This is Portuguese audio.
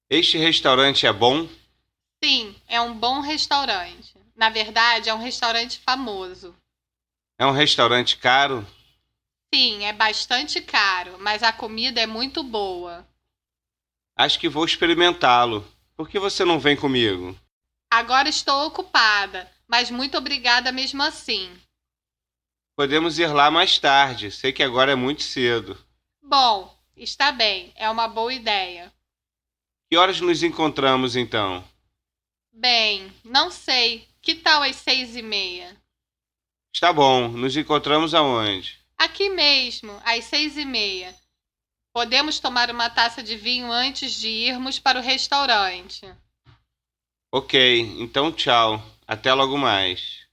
Este restaurante é bom? Sim, é um bom restaurante. Na verdade, é um restaurante famoso. É um restaurante caro? Sim, é bastante caro, mas a comida é muito boa. Acho que vou experimentá-lo. Por que você não vem comigo? Agora estou ocupada, mas muito obrigada mesmo assim. Podemos ir lá mais tarde. Sei que agora é muito cedo. Bom, está bem, é uma boa ideia. Que horas nos encontramos então? Bem, não sei. Que tal às 6h30? Está bom. Nos encontramos aonde? Aqui mesmo, às 6h30. Podemos tomar uma taça de vinho antes de irmos para o restaurante. Ok, então tchau. Até logo mais.